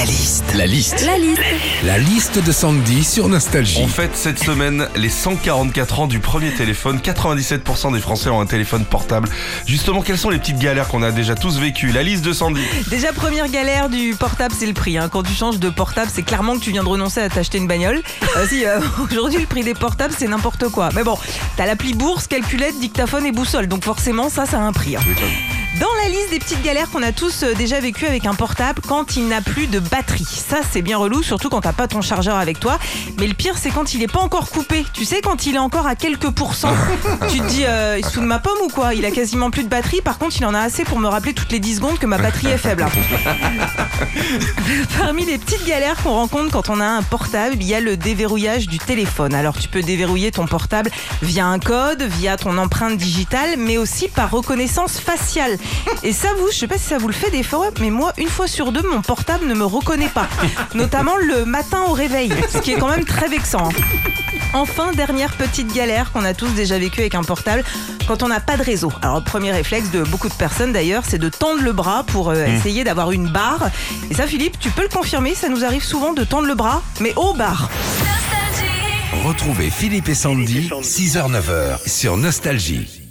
La liste. La liste. La liste. La liste de Sandy sur Nostalgie. On fête cette semaine les 144 ans du premier téléphone. 97% des Français ont un téléphone portable. Justement, quelles sont les petites galères qu'on a déjà tous vécues? La liste de Sandy. Déjà, première galère du portable, c'est le prix. Quand tu changes de portable, c'est clairement que tu viens de renoncer à t'acheter une bagnole. Aujourd'hui, le prix des portables, c'est n'importe quoi. Mais bon, t'as l'appli bourse, calculette, dictaphone et boussole. Donc forcément, ça a un prix. Dans la liste des petites galères qu'on a tous déjà vécues avec un portable, quand il n'a plus de batterie. Ça, c'est bien relou, surtout quand t'as pas ton chargeur avec toi. Mais le pire, c'est quand il est pas encore coupé. Tu sais, quand il est encore à quelques pourcents. Tu te dis, il se fout de ma pomme ou quoi? Il a quasiment plus de batterie. Par contre, il en a assez pour me rappeler toutes les 10 secondes que ma batterie est faible. Parmi les petites galères qu'on rencontre quand on a un portable, il y a le déverrouillage du téléphone. Alors, tu peux déverrouiller ton portable via un code, via ton empreinte digitale, mais aussi par reconnaissance faciale. Et ça, je sais pas si ça vous le fait des fois, mais moi, une fois sur deux, mon portable ne me reconnaît pas. Notamment le matin au réveil, ce qui est quand même très vexant. Enfin, dernière petite galère qu'on a tous déjà vécue avec un portable, quand on n'a pas de réseau. Alors, le premier réflexe de beaucoup de personnes d'ailleurs, c'est de tendre le bras pour essayer d'avoir une barre. Et ça, Philippe, tu peux le confirmer, ça nous arrive souvent de tendre le bras, mais aux barres. Retrouvez Philippe et Sandy, 6h-9h sur Nostalgie.